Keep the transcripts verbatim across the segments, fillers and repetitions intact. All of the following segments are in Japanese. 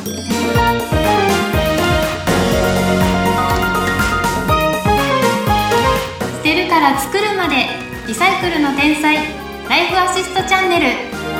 捨てるから作るまでリサイクルの天才ライフアシストチャンネル。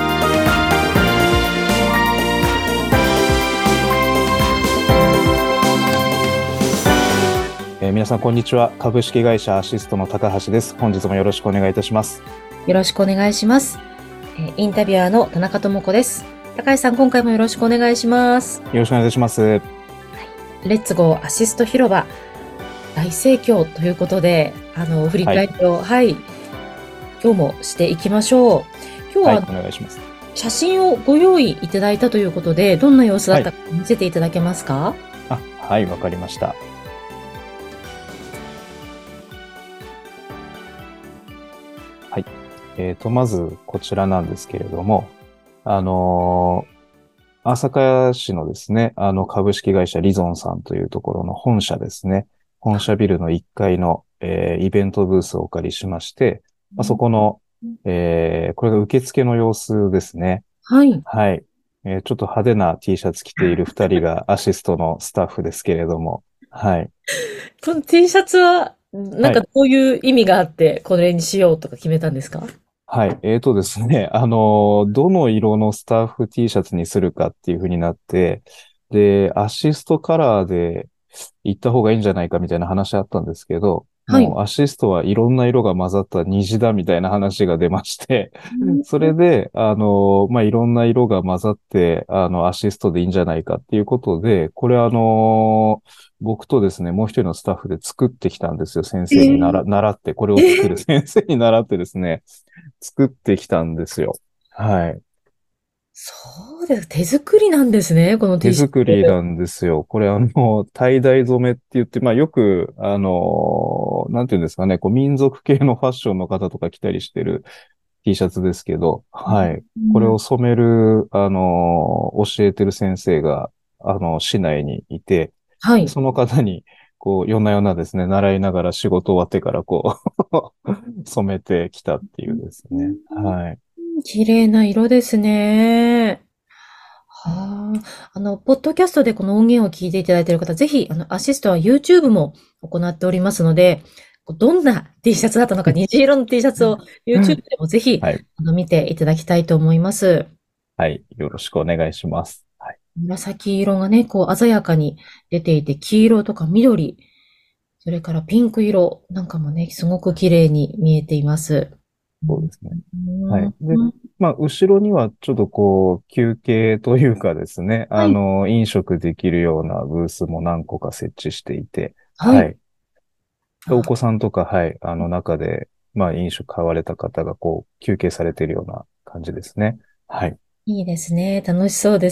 えー、皆さんこんにちは。株式会社アシストの高橋です。本日もよろしくお願いいたします。 よろしくお願いします。えー、インタビュアーの田中智子です。高橋さん、今回もよろしくお願いします。 よろしくお願いいたします。はい、 レッツゴーアシスト広場大盛況ということで、あの振り返りを、はい、はい、今日もしていきましょう。今日は、はい、お願いします。写真をご用意いただいたということで、どんな様子だったか見せていただけますか？はい、 あ、はい、わかりました。はい。えっと、まず、こちらなんですけれども、あのー、朝霞市のですね、あの、株式会社リゾンさんというところの本社ですね。本社ビルのいっかいの、えー、イベントブースをお借りしまして、まあ、そこの、えー、これが受付の様子ですね。 はい。 はい。えー、ちょっと派手な T シャツ着ているふたりがアシストのスタッフですけれども、はい。 この T シャツは、なんかどういう意味があって、これにしようとか決めたんですか？ はい。えーとですね、あの、どの色のスタッフ T シャツにするかっていう風になって、で、アシストカラーで行った方がいいんじゃないかみたいな話あったんですけど、 はい。 もうアシストはいろんな色が混ざった虹だみたいな話が出まして、それで、あの、まあ、いろんな色が混ざって、あの、アシストでいいんじゃないかっていうことで、これあの、僕とですね、もう一人のスタッフで作ってきたんですよ。先生になら、習って、これを作る先生に習ってですね、作ってきたんですよ。はい。 そうです。手作りなんですね、この手 T シャツ。 作りなんですよ。これあの、tie dye染めって言って、まあよく、あの、なんていうんですかね、こう民族系のファッションの方とか着たりしてる T シャツですけど、はい。これを染める、あの、教えてる先生が、あの、市内にいて、 はい。 その方に、こう、夜な夜なですね、習いながら仕事終わってからこう染めてきたっていうですね。はい。 綺麗な色ですね。はあ。あの、ポッドキャストでこの音源を聞いていただいている方、ぜひ、あの、アシストは YouTube も行っておりますので、どんな T シャツだったのか、虹色の T シャツを YouTube でもぜひ、 はい。 あの、見ていただきたいと思います。 はい。よろしくお願いします。はい。 紫色がね、こう鮮やかに出ていて、黄色とか緑、それからピンク色なんかもね、すごく綺麗に見えています。 そうですね。 うん、 はい。で、まあ、後ろにはちょっとこう、休憩というかですね、 はい。 あの、飲食できるようなブースも何個か設置していて、 はい。 はい。でおあ、 子さんとか、はい、あの中で、まあ、飲食買われた方がこう、休憩されているような感じですね。はい。 いいですね。楽しそうです。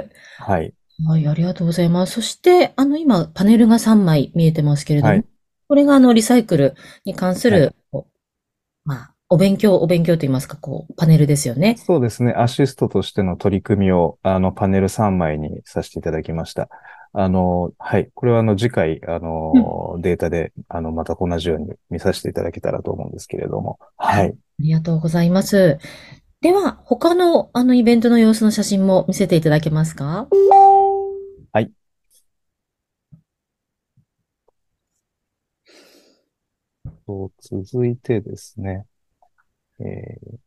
はい。 はい、ありがとうございます。そして、あの、今、パネルがさんまい見えてますけれども、 はい。 これが、あの、リサイクルに関すはい。 る、こうまあ、お勉強、お勉強といいますか、こう、パネルですよね。 そうですね。アシストとしての取り組みを、あの、パネルさんまいにさせていただきました。あの、はい。これは、あの、次回、あうん。 の、データで、あの、また同じように見させていただけたらと思うんですけれども。 はい。 はい。 ありがとうございます。では、他の、あの、イベントの様子の写真も見せていただけますか？ はい。と続いてですね。えー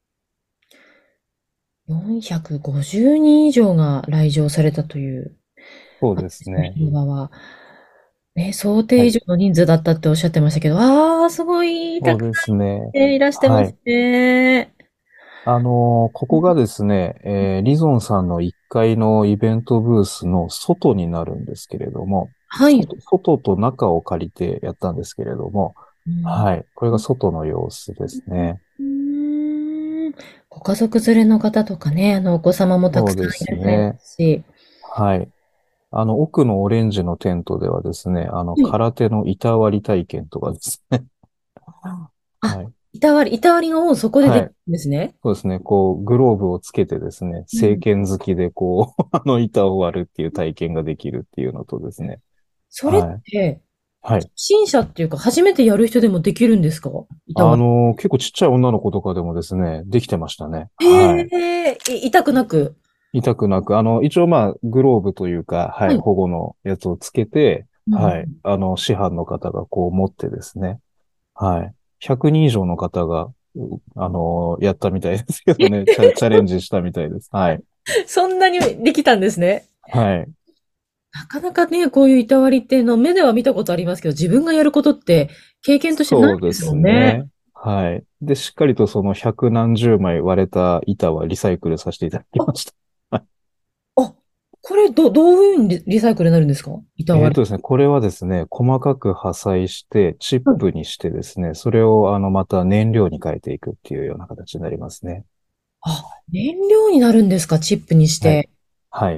よんひゃくごじゅうにん以上が来場されたという、 そうアーティストですね。 広場は、ね、想定はい。 以上の人数だったっておっしゃってましたけど、ああ、すごい、たくさそうですね。 んいらしてますはい。 ね。 あのーここがですね、えーリゾンさんのいっかいのイベントブースの外になるんですけれども、 はい。 外、外と中を借りてやったんですけれども、 うん。 はい。これが外の様子ですね。 うーん。ご家族連れの方とかね、あの、お子様もたくさんそうでいらっしゃいますね。 すし。 はい。あの、奥のオレンジのテントではですね、あの、 はい。 空手の板割り体験とかですね。 あ、 はい。 板割り、板割りがもうそこでできるはい。 んですね。 そうですね。こう、グローブをつけてですね、正うん。 拳突きでこう、あの板を割るっていう体験ができるっていうのとですね。 それっはい。 て、 はい。 初心者っていうか、初めてやる人でもできるんですか？板割あの、結構ちっちゃい女の子とかでもですね、できてましたね。 り。 はい。 へえ、い痛くなく。 痛くなく、あの、一応まあ、グローブというか、はい、 はい。 保護のやつをつけて、 うん。 はい、あの、師範の方がこう持ってですね、はい。ひゃくにん以上の方が、うあの、やったみたいですけどね、チャ、チャレンジしたみたいです。はい。 そんなにできたんですね。 はい。 なかなかね、こういういたわりっていうのを目では見たことありますけど、自分がやることって経験としてないですもそうですんね。 ね。はい。で、しっかりとその百何十枚割れた板はリサイクルさせていただきあ、 ました。はい。 あ、これど、どういうふうにリリサイクルになるんですか？いたわり。 えーとですね、これはですね、細かく破砕して、チッはい。 プにしてですね、それをあの、また燃料に変えていくっていうような形になりますね。 あ、燃料になるんですか？チップにしはい。 て。 はい。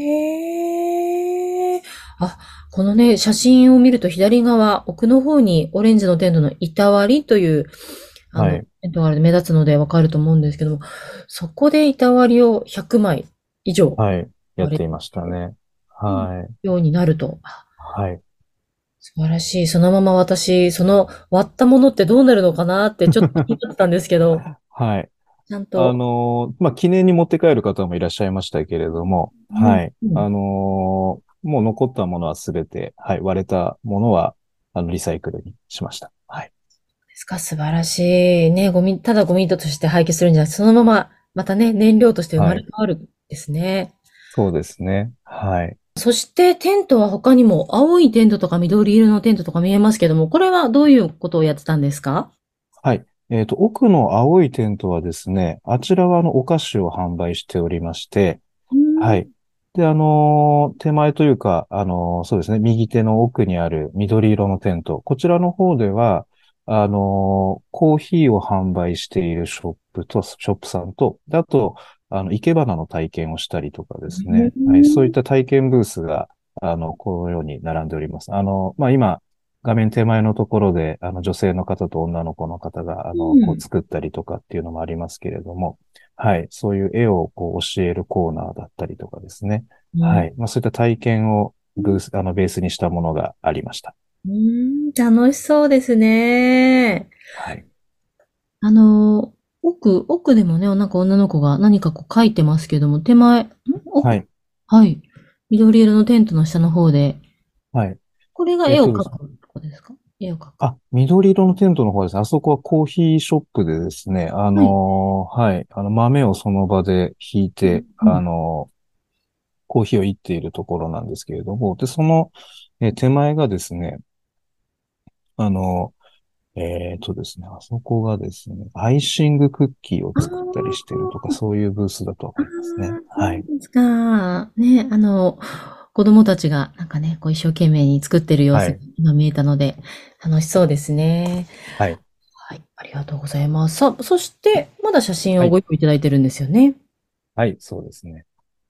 へえ。あ、このね、写真を見ると左側、奥の方にオレンジのテントのいたわりという、あの、 はい。 テントがある目立つのでわかると思うんですけども、そこでいたわりをひゃくまい以上はい。やっ割れていましたて、 ね。はい。 ようになると。あ、 はい。 素晴らしい。そのまま私、その割ったものってどうなるのかなってちょっと気になってたんですけど、 はい。あちゃんと、 のーまあ、記念に持って帰る方もいらっしゃいましたけれども、 うん、 はい。 うん。 あのーもう残ったものはすべて、はい。割れたものは、あの、リサイクルにしました。はい。 ですか、素晴らしい。ね、ゴミ、ただゴミとして廃棄するんじゃなくて、そのまま、またね、燃料として生まはい。 れ変わるんですね。 そうですね。はい。 そしてテントは他にも青いテントとか緑色のテントとか見えますけども、これはどういうことをやってたんですか？ はい。えっと、奥の青いテントはですね、あちらはあの、お菓子を販売しておりまして、 うーん。 はい。で、あのー手前というか、あのーそうですね、右手の奥にある緑色のテント。こちらの方では、あのーコーヒーを販売しているショップと、ショップさんと、であと、あの、生け花の体験をしたりとかでうすね。はい。そういっーん。 た体験ブースが、あの、このように並んでおります。あの、まあ、今、画面手前のところで、あの、女性の方と女の子の方が、あの、こう作ったりとかっていうのもありますけれども、はい。そういう絵をこう教えるコーナーだったりとかですね。 うん。 はい。まあそういった体験をブース、あの、ベースにしたものがありました。 うーん、楽しそうですね。 はい。 あの、奥、奥でもね、なんか女の子が何かこう書いてますけども、手前、ん奥、 はい。 はい。緑色のテントの下の方で、 はい。 これが絵を描くえっとですね。 とこですか？絵を描く。 あ、緑色のテントの方ですね。あそこはコーヒーショップでですね、あはい。 のーはい。あの、豆をその場でひいて、あうん。 のーコーヒーをいっているところなんですけれども、で、その、えー手前がですね、あのえっとですね、あそこがですね、アイシングクッキーをあ作ったりしてるとか、 あ、 そういうブースだとああ、 思いますね。 そうはい。 ですか。ね、あの、子供たちがなんかね、こう一生懸命に作ってる様子がはい。 今見えたので、楽しそうですね。 はい。 はい、ありがとうございます。さあ、そして、まだ写真はい。 をご用意いただいてるんですよね。 はい。そうですね。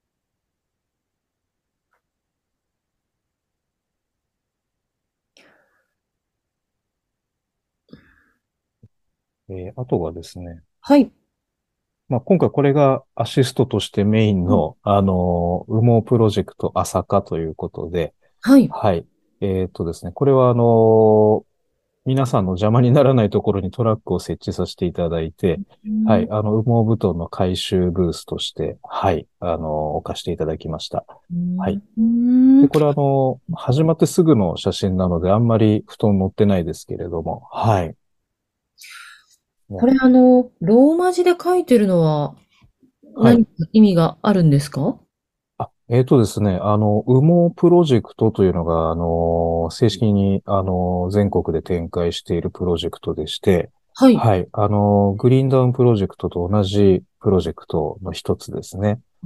えーあとはですね、 はい。 まあ、今回これがアシストとしてメインうん。 の、あのー、羽毛プロジェクト朝霞ということで、 はい。 はい。えっとですね、これはあのー皆さんの邪魔にならないところにトラックを設置させていただいて、はい。 うん。 あの、羽毛布団の回収ブースとして、はい。あのー置かせていただきました。 うはい。 ん。 で、これあの、始まってすぐの写真なので、あんまり布団載ってないですけれども、はい。ね、 これあの、ローマ字で書いてるのははい。 何か意味があるんですか？ あ、えーとですね、あの、羽毛プロジェクトというのが、あの、正式に、あの、全国で展開しているプロジェクトでして、 はい。 はい。あの、グリーンダウンプロジェクトと同じプロジェクトの一つですね。 うん。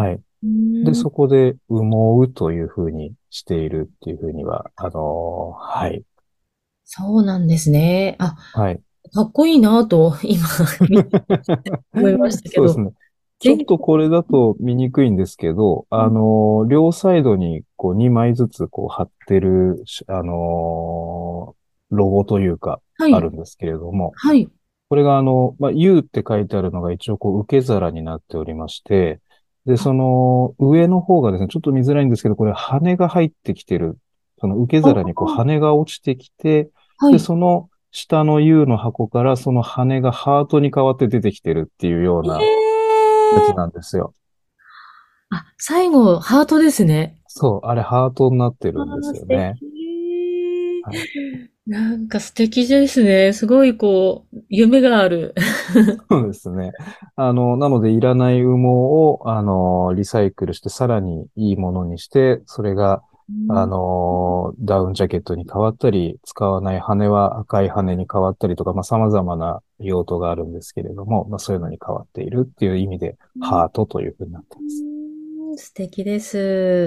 はい。 うで、 ん。 そこで羽毛というふうにしているっていうふうには、あの、はい。 そうなんですね。あ、 はい。 かっこいいなと今見て思いましたけど、 そうですね。ちょっ全とこれだと見にくいんですけど、あの、両サイドにこうにまいずつこう貼ってる、しあの、ロゴというか、 はい、 あるんですけれども、 はい。 これがあの、まあ、U って書いてあるのが一応こう受け皿になっておりまして、で、その上の方がですね、ちょっと見づらいんですけど、これ羽が入ってきてる。その受けあ皿にこうあ、 羽が落ちてきて、で、 はい。 その下の U の箱からその羽がハートに変わって出てきてるっていうようえなやつえ、 なんですよ。 あ、最後、ハートですね。 そう、あれハートになってるんでああ、素すよね。 敵。 はい。 なんか素敵ですね。すごいこう、夢がある。 そうですね。あの、なので、いらない羽毛を、あの、リサイクルして、さらにいいものにして、それが、あうん。 の、ダウンジャケットに変わったり、使わない羽は赤い羽に変わったりとか、まあ、様々な用途があるんですけれども、まあ、そういうのに変わっているっていう意味で、ハートというふうになっています。 うん、素敵です。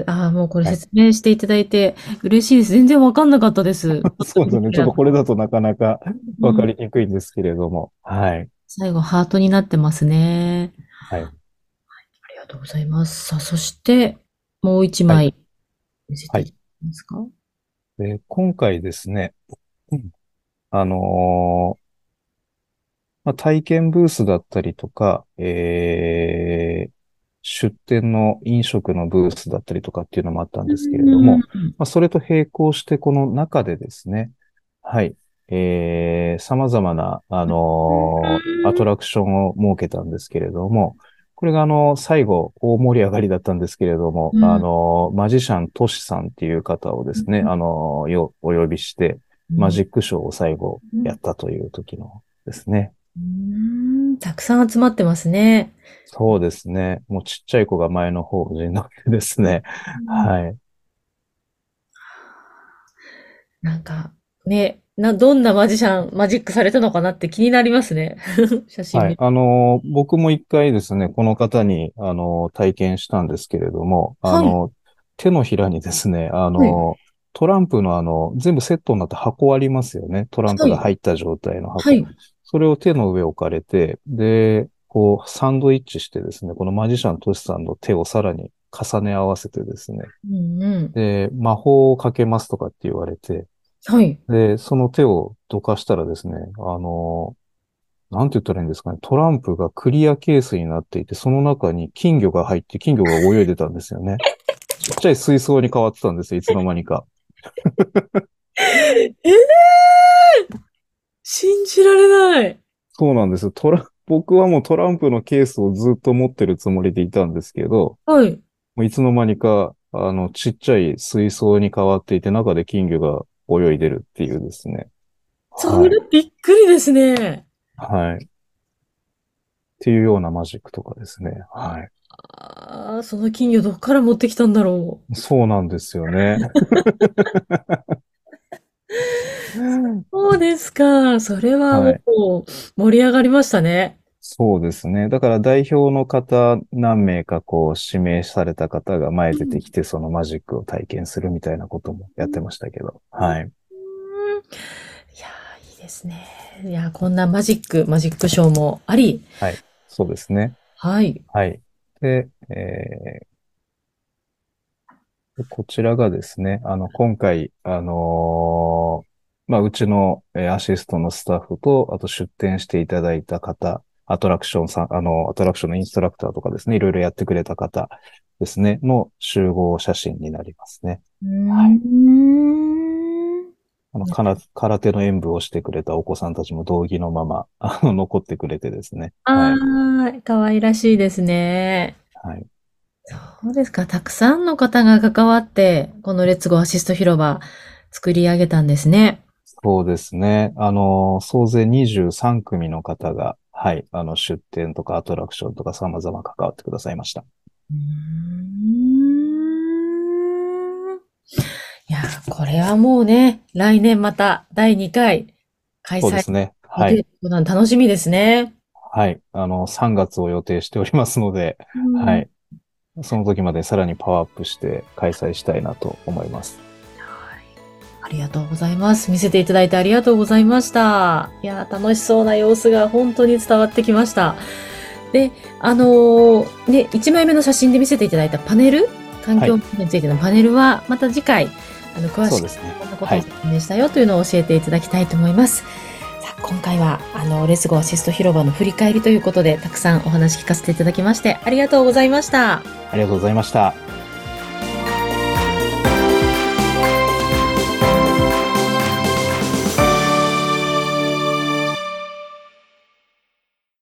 ああ、もうこれはい。 説明していただいて嬉しいです。全然わかんなかったです。 そうですね。ちょっとこれだとなかなかうん、 わかりにくいんですけれども、はい。 最後、ハートになってますね。 はい。 ありがとうございます。さあ、そして、もう一はい。 枚見せはい。 ていただけますか？ で、今回ですね、うんあのーまあ、体験ブースだったりとか、えー、出店の飲食のブースだったりとかっていうのもあったんうですけれども、 ん。 まあ、それと並行してこの中でですね、はい、えー、様々な、あのーアトラクションを設けたんですけれども、これがあの、最後、大盛り上がりだったんですけれども、あうん。 のーマジシャントシさんっていう方をですね、あのーよ、お呼びして、 うん。 マジックショーを最後うん。 やったという時のですね。 うーん、たくさん集まってますね。 そうですね。もうちっちゃい子が前の方になってですね。 うん。 はい。 なんか、ね、な、どんなマジシャン、マジックされたのかなって気になりますね。写真はい。 見る。 あのー、僕も一回ですね、この方に、あのー、体験したんですけれども、あはい。 のー、手のひらにですね、あはい。 のー、トランプのあの、全部セットになった箱ありますよね。トランプがはい。 入った状態の箱。 はい。 それを手の上置かれて、で、こう、サンドイッチしてですね、このマジシャントシさんの手をさらに重ね合わせてですね、 うんうん。 で、魔法をかけますとかって言われて、 はい。 で、その手をどかしたらですね、あの、なんて言ったらいいんですかね、トランプがクリアケースになっていて、その中に金魚が入って、金魚が泳いでたんですよね。ちっちゃい水槽に変わってたんですよ、いつの間にか。 えー、信じられない。 そうなんですよ。トラ、僕はもうトランプのケースをずっと持ってるつもりでいたんですけど、 はい。 もういつの間にか、あの、ちっちゃい水槽に変わっていて、中で金魚が泳いでるっていうですね。 それはい。 びっくりですね。 はい。っていうようなマジックとかですね。はい。 ああ、その金魚どこから持ってきたんだろそうなんですよね。 う。そうですか。それはもはい。 う盛り上がりましたね。 そうですね。だから代表の方何名かこう指名された方が前うん。 出てきてそのマジックを体験するみたいなこともやってましたけど。 うん。 はい。 いやー、いいですね。いやー、こんなマジック、マジックショーもあり、 はい。そうですね。 はい。 はい。で、えーこちらがですね、あの、今回、あのーまあ、うちの、えーアシストのスタッフと、あと出展していただいた方、アトラクションさん、あの、アトラクションのインストラクターとかですね、いろいろやってくれた方ですね、の集合写真になりますね。 うーはい。 ん。 あの、から空手の演舞をしてくれたお子さんたちも道着のまま、あの、残ってくれてですね。はい。 ああ、可愛らしいですね。 はい。 そうですか。たくさんの方が関わって、このレッツゴーアシスト広場作り上げたんですね。 そうですね。あの、総勢にじゅうさん組の方が、はい、あの、出展とかアトラクションとか様々関わってくださいました。 うーん。いや、これはもうね、来年まただいにかい開催そうですね。 予定といはい。 うことなんで楽しみですね。 はい。あの、さんがつを予定しておりますので、 うん。 はい。その時までさらにパワーアップして開催したいなと思います。 はい。ありがとうございます。見せていただいてありがとうございました。いや、楽しそうな様子が本当に伝わってきました。で、あのーね、いちまいめの写真で見せていただいたパネル、環はい。 境問題についてのパネルは、また次回、あの、詳しくそうですね。 こんなことをはい。 説明したよというのを教えていただきたいと思います。さあ、今回は、あの、レッツゴーアシスト広場の振り返りということで、たくさんお話聞かせていただきまして、ありがとうございました。 ありがとうございました。